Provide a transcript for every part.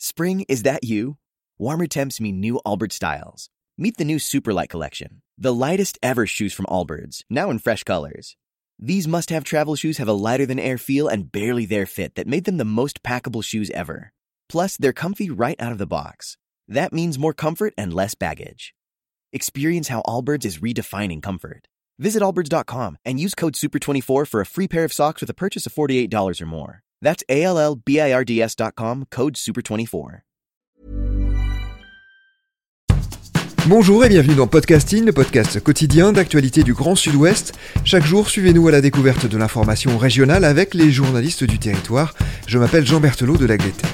Spring, is that you? Warmer temps mean new Allbirds styles. Meet the new Superlight collection, the lightest ever shoes from Allbirds, now in fresh colors. These must-have travel shoes have a lighter-than-air feel and barely there fit that made them the most packable shoes ever. Plus, they're comfy right out of the box. That means more comfort and less baggage. Experience how Allbirds is redefining comfort. Visit allbirds.com and use code SUPER24 for a free pair of socks with a purchase of $48 or more. That's ALLBIRDS.com, code SUPER24. Bonjour et bienvenue dans Podcasting, le podcast quotidien d'actualité du Grand Sud-Ouest. Chaque jour, suivez-nous à la découverte de l'information régionale avec les journalistes du territoire. Je m'appelle Jean Berthelot de Lagleté.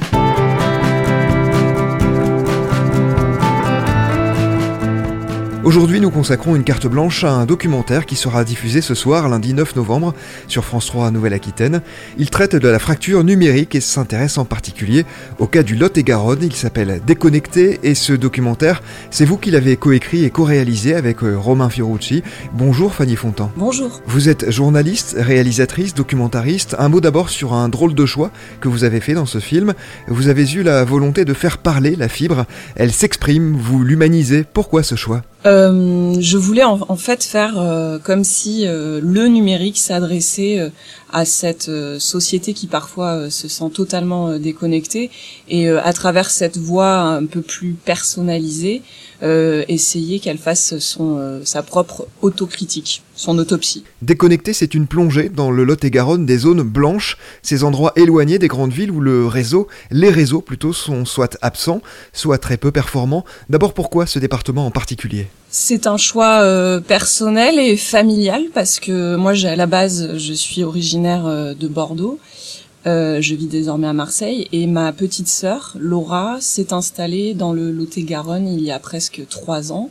Aujourd'hui, nous consacrons une carte blanche à un documentaire qui sera diffusé ce soir, lundi 9 novembre, sur France 3 Nouvelle-Aquitaine. Il traite de la fracture numérique et s'intéresse en particulier au cas du Lot-et-Garonne. Il s'appelle Déconnecté et ce documentaire, c'est vous qui l'avez coécrit et co-réalisé avec Romain Fiorucci. Bonjour Fanny Fontan. Bonjour. Vous êtes journaliste, réalisatrice, documentariste. Un mot d'abord sur un drôle de choix que vous avez fait dans ce film. Vous avez eu la volonté de faire parler la fibre. Elle s'exprime, vous l'humanisez. Pourquoi ce choix ? Je voulais en fait faire comme si le numérique s'adressait à cette société qui parfois se sent totalement déconnectée et à travers cette voix un peu plus personnalisée, essayer qu'elle fasse sa propre autocritique, son autopsie. Déconnecté, c'est une plongée dans le Lot-et-Garonne des zones blanches, ces endroits éloignés des grandes villes où les réseaux plutôt, sont soit absents, soit très peu performants. D'abord, pourquoi ce département en particulier ? C'est un choix personnel et familial parce que moi, à la base, je suis originaire de Bordeaux. Je vis désormais à Marseille et ma petite sœur, Laura, s'est installée dans le Lot-et-Garonne il y a presque 3 ans.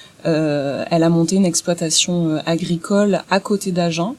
Elle a monté une exploitation agricole à côté d'Agen,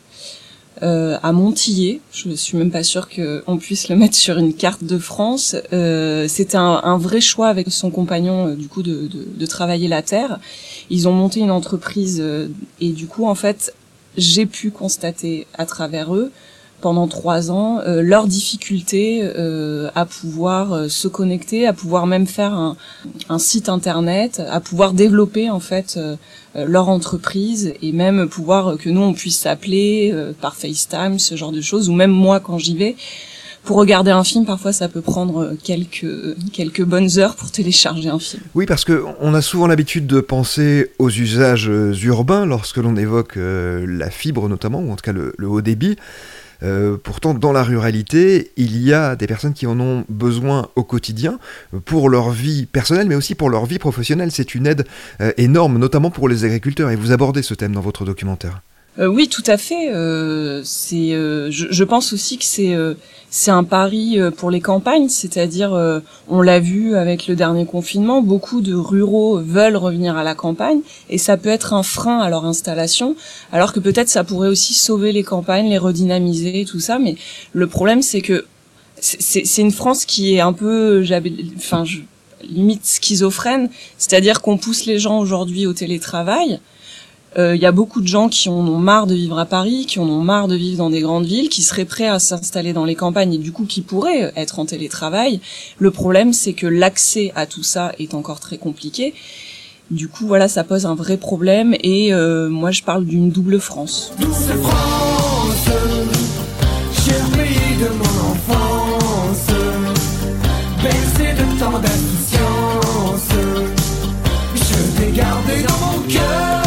à Montillet. Je suis même pas sûre qu'on puisse le mettre sur une carte de France. C'était un vrai choix avec son compagnon, du coup, de travailler la terre. Ils ont monté une entreprise et du coup, en fait, j'ai pu constater à travers eux, pendant 3 ans, leur difficulté à pouvoir se connecter, à pouvoir même faire un site internet, à pouvoir développer en fait leur entreprise et même pouvoir que nous on puisse s'appeler par FaceTime, ce genre de choses, ou même moi quand j'y vais. Pour regarder un film, parfois, ça peut prendre quelques bonnes heures pour télécharger un film. Oui, parce que on a souvent l'habitude de penser aux usages urbains lorsque l'on évoque la fibre notamment, ou en tout cas le haut débit. Pourtant, dans la ruralité, il y a des personnes qui en ont besoin au quotidien pour leur vie personnelle, mais aussi pour leur vie professionnelle. C'est une aide énorme, notamment pour les agriculteurs. Et vous abordez ce thème dans votre documentaire. Oui, tout à fait. Je pense aussi que c'est un pari pour les campagnes, c'est-à-dire on l'a vu avec le dernier confinement, beaucoup de ruraux veulent revenir à la campagne et ça peut être un frein à leur installation, alors que peut-être ça pourrait aussi sauver les campagnes, les redynamiser, tout ça. Mais le problème, c'est que c'est une France qui est un peu, limite schizophrène, c'est-à-dire qu'on pousse les gens aujourd'hui au télétravail. Il y a beaucoup de gens qui en ont marre de vivre à Paris, qui en ont marre de vivre dans des grandes villes, qui seraient prêts à s'installer dans les campagnes et du coup qui pourraient être en télétravail. Le problème, c'est que l'accès à tout ça est encore très compliqué. Du coup, voilà, ça pose un vrai problème et moi, je parle d'une double France. Douce France, cher pays de mon enfance, bercé de tant d'insouciance, je t'ai gardé dans mon cœur.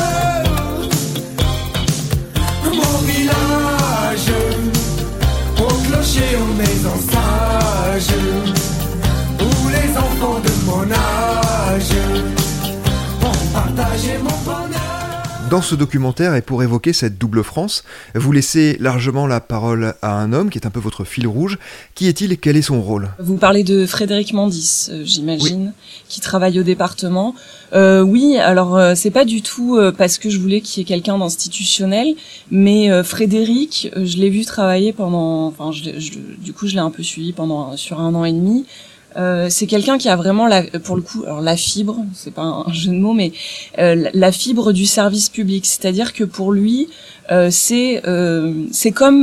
Aux maisons sages, où les enfants de mon âge ont partagé mon bonheur. Dans ce documentaire, et pour évoquer cette double France, vous laissez largement la parole à un homme qui est un peu votre fil rouge. Qui est-il et quel est son rôle ? Vous parlez de Frédéric Mandis, j'imagine, oui. Qui travaille au département. Oui, alors c'est pas du tout parce que je voulais qu'il y ait quelqu'un d'institutionnel, mais Frédéric, je l'ai vu travailler pendant, du coup je l'ai un peu suivi sur 1 an et demi. C'est quelqu'un qui a vraiment pour le coup, alors la fibre, c'est pas un jeu de mots, mais la fibre du service public, c'est-à-dire que pour lui, c'est comme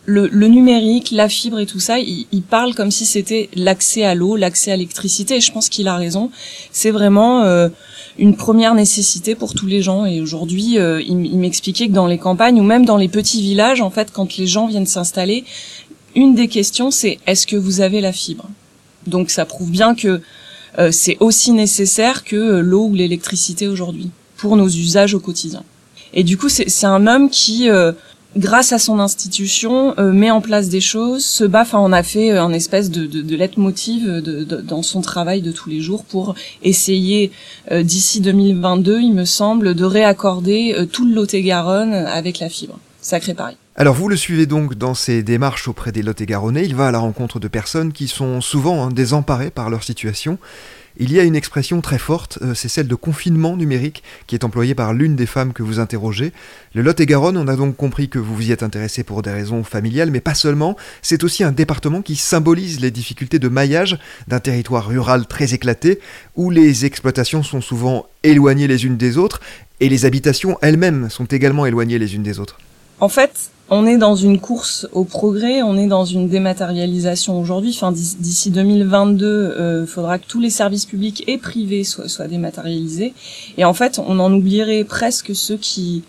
le numérique, la fibre et tout ça, il parle comme si c'était l'accès à l'eau, l'accès à l'électricité. Et je pense qu'il a raison. C'est vraiment une première nécessité pour tous les gens. Et aujourd'hui, il m'expliquait que dans les campagnes ou même dans les petits villages, en fait, quand les gens viennent s'installer, une des questions, c'est est-ce que vous avez la fibre ? Donc ça prouve bien que c'est aussi nécessaire que l'eau ou l'électricité aujourd'hui pour nos usages au quotidien. Et du coup, c'est un homme qui grâce à son institution, met en place des choses, se bat. Enfin, on a fait un espèce de leitmotiv dans son travail de tous les jours pour essayer, d'ici 2022, il me semble, de réaccorder tout le Lot-et-Garonne avec la fibre. Sacré Paris. Alors vous le suivez donc dans ses démarches auprès des Lot-et-Garonnais. Il va à la rencontre de personnes qui sont souvent désemparées par leur situation. Il y a une expression très forte, c'est celle de confinement numérique, qui est employée par l'une des femmes que vous interrogez. Le Lot-et-Garonne, on a donc compris que vous vous y êtes intéressé pour des raisons familiales, mais pas seulement. C'est aussi un département qui symbolise les difficultés de maillage d'un territoire rural très éclaté, où les exploitations sont souvent éloignées les unes des autres, et les habitations elles-mêmes sont également éloignées les unes des autres. En fait, on est dans une course au progrès, on est dans une dématérialisation aujourd'hui. Enfin, d'ici 2022, faudra que tous les services publics et privés soient dématérialisés. Et en fait, on en oublierait presque ceux qui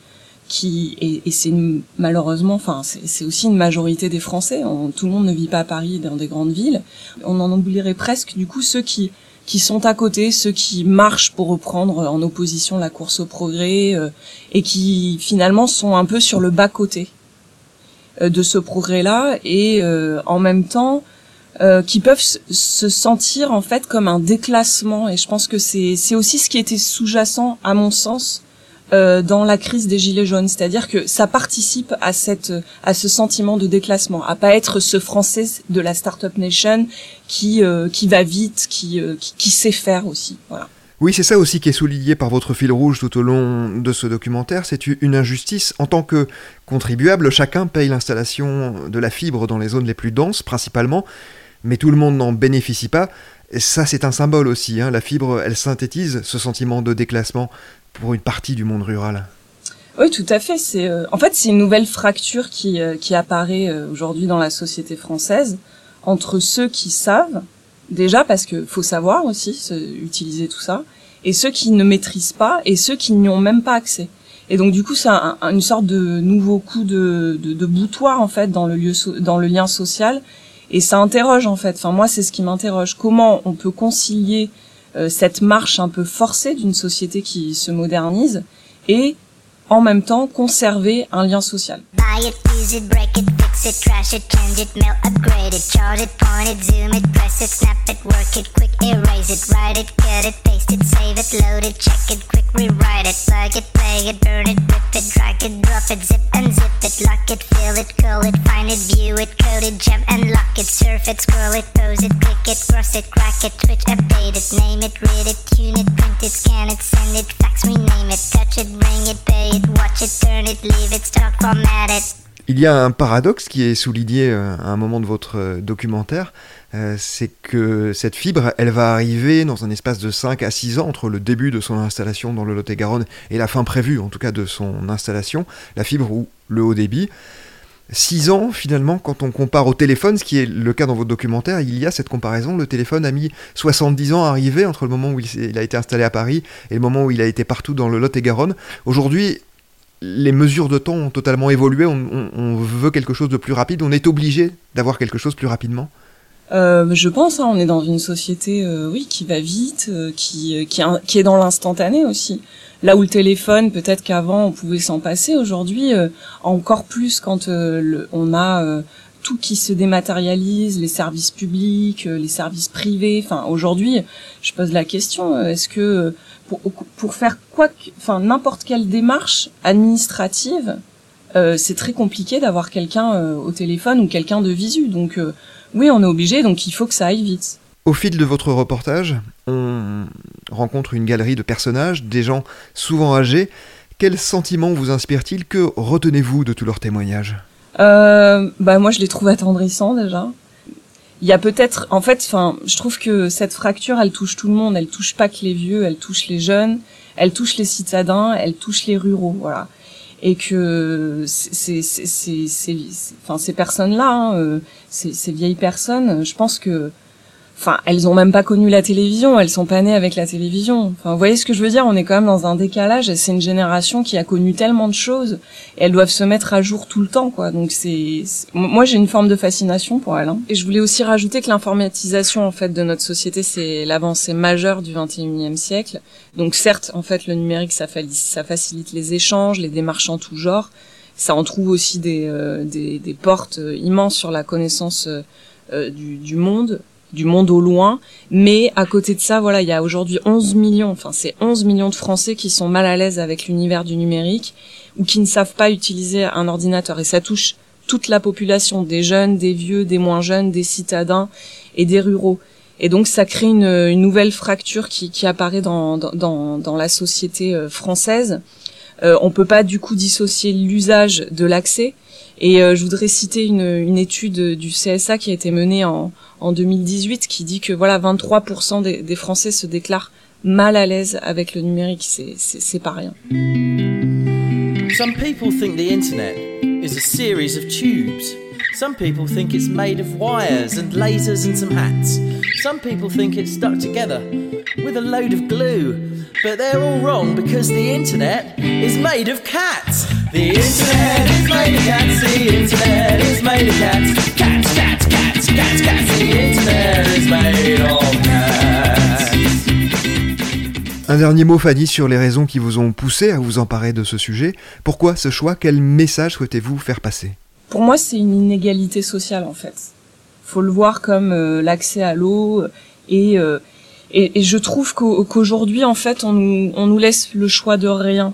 et c'est malheureusement, enfin, c'est aussi une majorité des Français. Tout le monde ne vit pas à Paris, dans des grandes villes. On en oublierait presque, du coup, ceux qui sont à côté, ceux qui marchent pour reprendre en opposition la course au progrès, et qui finalement sont un peu sur le bas-côté de ce progrès-là, et en même temps qui peuvent se sentir en fait comme un déclassement. Et je pense que c'est aussi ce qui était sous-jacent à mon sens dans la crise des Gilets jaunes, c'est-à-dire que ça participe à ce sentiment de déclassement, à pas être ce Français de la Startup Nation qui va vite, qui sait faire aussi. Voilà. Oui, c'est ça aussi qui est souligné par votre fil rouge tout au long de ce documentaire, c'est une injustice. En tant que contribuable, chacun paye l'installation de la fibre dans les zones les plus denses, principalement, mais tout le monde n'en bénéficie pas. Et ça, c'est un symbole aussi, hein. La fibre, elle synthétise ce sentiment de déclassement pour une partie du monde rural. Oui, tout à fait. En fait, c'est une nouvelle fracture qui apparaît aujourd'hui dans la société française entre ceux qui savent, déjà parce que faut savoir aussi utiliser tout ça, et ceux qui ne maîtrisent pas et ceux qui n'y ont même pas accès. Et donc du coup, c'est une sorte de nouveau coup de boutoir en fait dans le lien social, et ça interroge en fait. Enfin moi, c'est ce qui m'interroge. Comment on peut concilier cette marche un peu forcée d'une société qui se modernise et en même temps conserver un lien social. Buy it, use it, break it, fix it, trash it, change it, mail, upgrade it, chart it, point it, zoom it, press it, snap it, work it, quick erase it, write it, cut it, paste it, save it, load it, check it, quick rewrite it, plug it, play it, burn it, rip it, drag it, drop it, zip and zip it, lock it, fill it, call it, find it, view it, code it, jump and lock it, surf it, scroll it, pose it, click it, cross it, crack it, switch, update it, name it, read it, tune it, print it, scan it, send it, fax, rename it, touch it, bring it, pay it, watch it, turn it, leave it, start, format it. Il y a un paradoxe qui est souligné à un moment de votre documentaire, c'est que cette fibre, elle va arriver dans un espace de 5 à 6 ans entre le début de son installation dans le Lot-et-Garonne et la fin prévue, en tout cas, de son installation, la fibre ou le haut débit. 6 ans, finalement, quand on compare au téléphone, ce qui est le cas dans votre documentaire, il y a cette comparaison. Le téléphone a mis 70 ans à arriver entre le moment où il a été installé à Paris et le moment où il a été partout dans le Lot-et-Garonne. Aujourd'hui, les mesures de temps ont totalement évolué, on veut quelque chose de plus rapide, on est obligé d'avoir quelque chose plus rapidement. Je pense, on est dans une société qui va vite, qui est dans l'instantané aussi. Là où le téléphone, peut-être qu'avant on pouvait s'en passer, aujourd'hui encore plus quand on a tout qui se dématérialise, les services publics, les services privés. Enfin, aujourd'hui, je pose la question, est-ce que pour faire n'importe quelle démarche administrative, c'est très compliqué d'avoir quelqu'un au téléphone ou quelqu'un de visu. Donc oui, on est obligé, donc il faut que ça aille vite. Au fil de votre reportage, on rencontre une galerie de personnages, des gens souvent âgés. Quels sentiments vous inspirent-ils? Que retenez-vous de tous leurs témoignages? Moi je les trouve attendrissants déjà. Il y a peut-être, je trouve que cette fracture, elle touche tout le monde. Elle touche pas que les vieux, elle touche les jeunes, elle touche les citadins, elle touche les ruraux, voilà. et que ces personnes-là, ces vieilles personnes, je pense que, elles ont même pas connu la télévision, elles sont pas nées avec la télévision. Vous voyez ce que je veux dire? On est quand même dans un décalage, et c'est une génération qui a connu tellement de choses, et elles doivent se mettre à jour tout le temps, quoi. Donc moi j'ai une forme de fascination pour elles, hein. Et je voulais aussi rajouter que l'informatisation, en fait, de notre société, c'est l'avancée majeure du 21e siècle. Donc certes, en fait, le numérique, ça facilite les échanges, les démarches en tout genre. Ça en trouve aussi des portes immenses sur la connaissance du monde au loin, mais à côté de ça, voilà, il y a aujourd'hui 11 millions de Français qui sont mal à l'aise avec l'univers du numérique ou qui ne savent pas utiliser un ordinateur, et ça touche toute la population, des jeunes, des vieux, des moins jeunes, des citadins et des ruraux. Et donc ça crée une nouvelle fracture qui apparaît dans la société française. On peut pas du coup dissocier l'usage de l'accès. Et je voudrais citer une étude du CSA qui a été menée en 2018 qui dit que voilà 23% des Français se déclarent mal à l'aise avec le numérique. C'est pas rien. Some people think the internet is a series of tubes. Some people think it's made of wires and lasers and some hats. Some people think it's stuck together with a load of glue. But they're all wrong because the internet is made of cats. The internet is made of cats. The internet is made of cats. Cats, cats, cats, cats, cats. The internet is made of cats. Un dernier mot, Fanny, sur les raisons qui vous ont poussé à vous emparer de ce sujet. Pourquoi ce choix? Quel message souhaitez-vous faire passer? Pour moi, c'est une inégalité sociale, en fait. Faut le voir comme l'accès à l'eau et je trouve qu'aujourd'hui, en fait, on nous laisse le choix de rien.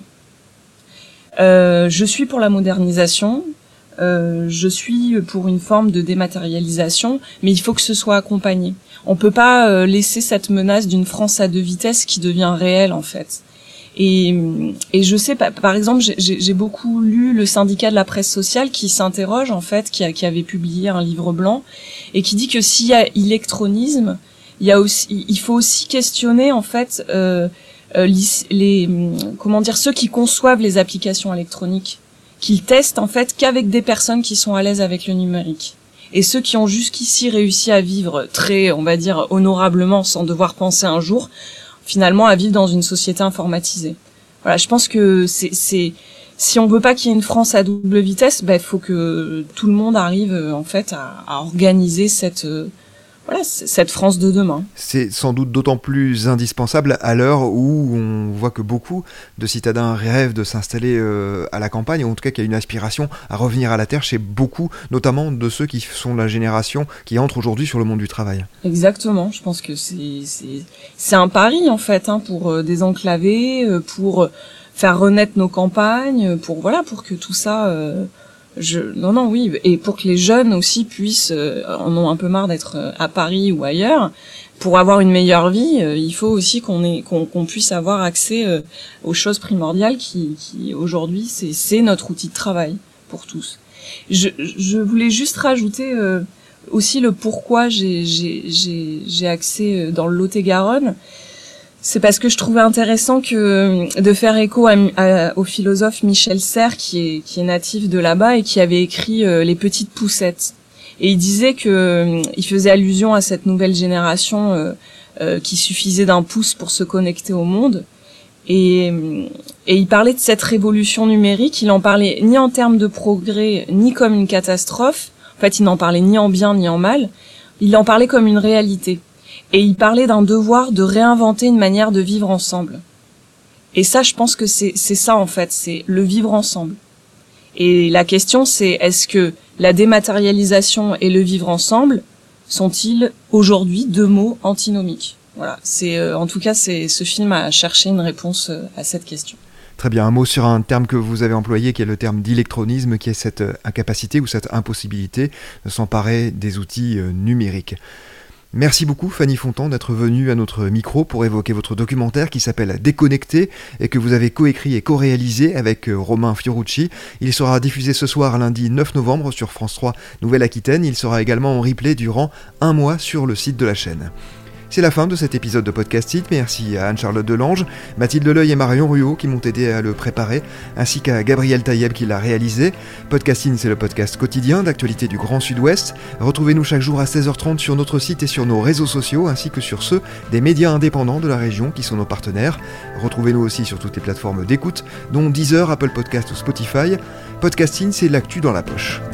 Je suis pour la modernisation, je suis pour une forme de dématérialisation, mais il faut que ce soit accompagné. On peut pas laisser cette menace d'une France à deux vitesses qui devient réelle, en fait. Et je sais pas, par exemple, j'ai beaucoup lu le syndicat de la presse sociale qui s'interroge, en fait, qui avait publié un livre blanc et qui dit que s'il y a électronisme, il faut aussi questionner, en fait, ceux qui conçoivent les applications électroniques, qu'ils testent, en fait, qu'avec des personnes qui sont à l'aise avec le numérique. Et ceux qui ont jusqu'ici réussi à vivre très, on va dire, honorablement, sans devoir penser un jour, finalement, à vivre dans une société informatisée. Voilà, je pense que si on veut pas qu'il y ait une France à double vitesse, faut que tout le monde arrive, en fait, à organiser cette France de demain. C'est sans doute d'autant plus indispensable à l'heure où on voit que beaucoup de citadins rêvent de s'installer à la campagne, ou en tout cas qu'il y a une aspiration à revenir à la terre chez beaucoup, notamment de ceux qui sont la génération qui entre aujourd'hui sur le monde du travail. Exactement, je pense que c'est un pari, en fait, pour désenclaver, pour faire renaître nos campagnes, pour que tout ça... oui, et pour que les jeunes aussi puissent, en ont un peu marre d'être à Paris ou ailleurs, pour avoir une meilleure vie, il faut aussi qu'on puisse avoir accès aux choses primordiales qui aujourd'hui c'est notre outil de travail pour tous. Je voulais juste rajouter aussi le pourquoi j'ai accès dans le Lot-et-Garonne. C'est parce que je trouvais intéressant de faire écho au philosophe Michel Serres, qui est natif de là-bas et qui avait écrit Les Petites Poussettes. Et il disait il faisait allusion à cette nouvelle génération qui suffisait d'un pouce pour se connecter au monde. Et il parlait de cette révolution numérique. Il en parlait ni en termes de progrès, ni comme une catastrophe. En fait, il n'en parlait ni en bien ni en mal. Il en parlait comme une réalité. Et il parlait d'un devoir de réinventer une manière de vivre ensemble. Et ça, je pense que c'est ça, en fait, c'est le vivre ensemble. Et la question, c'est est-ce que la dématérialisation et le vivre ensemble sont-ils aujourd'hui deux mots antinomiques? Voilà, en tout cas, ce film a cherché une réponse à cette question. Très bien, un mot sur un terme que vous avez employé, qui est le terme d'électronisme, qui est cette incapacité ou cette impossibilité de s'emparer des outils numériques. Merci beaucoup Fanny Fontan d'être venue à notre micro pour évoquer votre documentaire qui s'appelle Déconnecté et que vous avez coécrit et co-réalisé avec Romain Fiorucci. Il sera diffusé ce soir lundi 9 novembre sur France 3 Nouvelle-Aquitaine. Il sera également en replay durant un mois sur le site de la chaîne. C'est la fin de cet épisode de Podcasting. Merci à Anne-Charlotte Delange, Mathilde Deleuil et Marion Ruot qui m'ont aidé à le préparer, ainsi qu'à Gabriel Taïeb qui l'a réalisé. Podcasting, c'est le podcast quotidien d'actualité du Grand Sud-Ouest. Retrouvez-nous chaque jour à 16h30 sur notre site et sur nos réseaux sociaux, ainsi que sur ceux des médias indépendants de la région qui sont nos partenaires. Retrouvez-nous aussi sur toutes les plateformes d'écoute, dont Deezer, Apple Podcast ou Spotify. Podcasting, c'est l'actu dans la poche.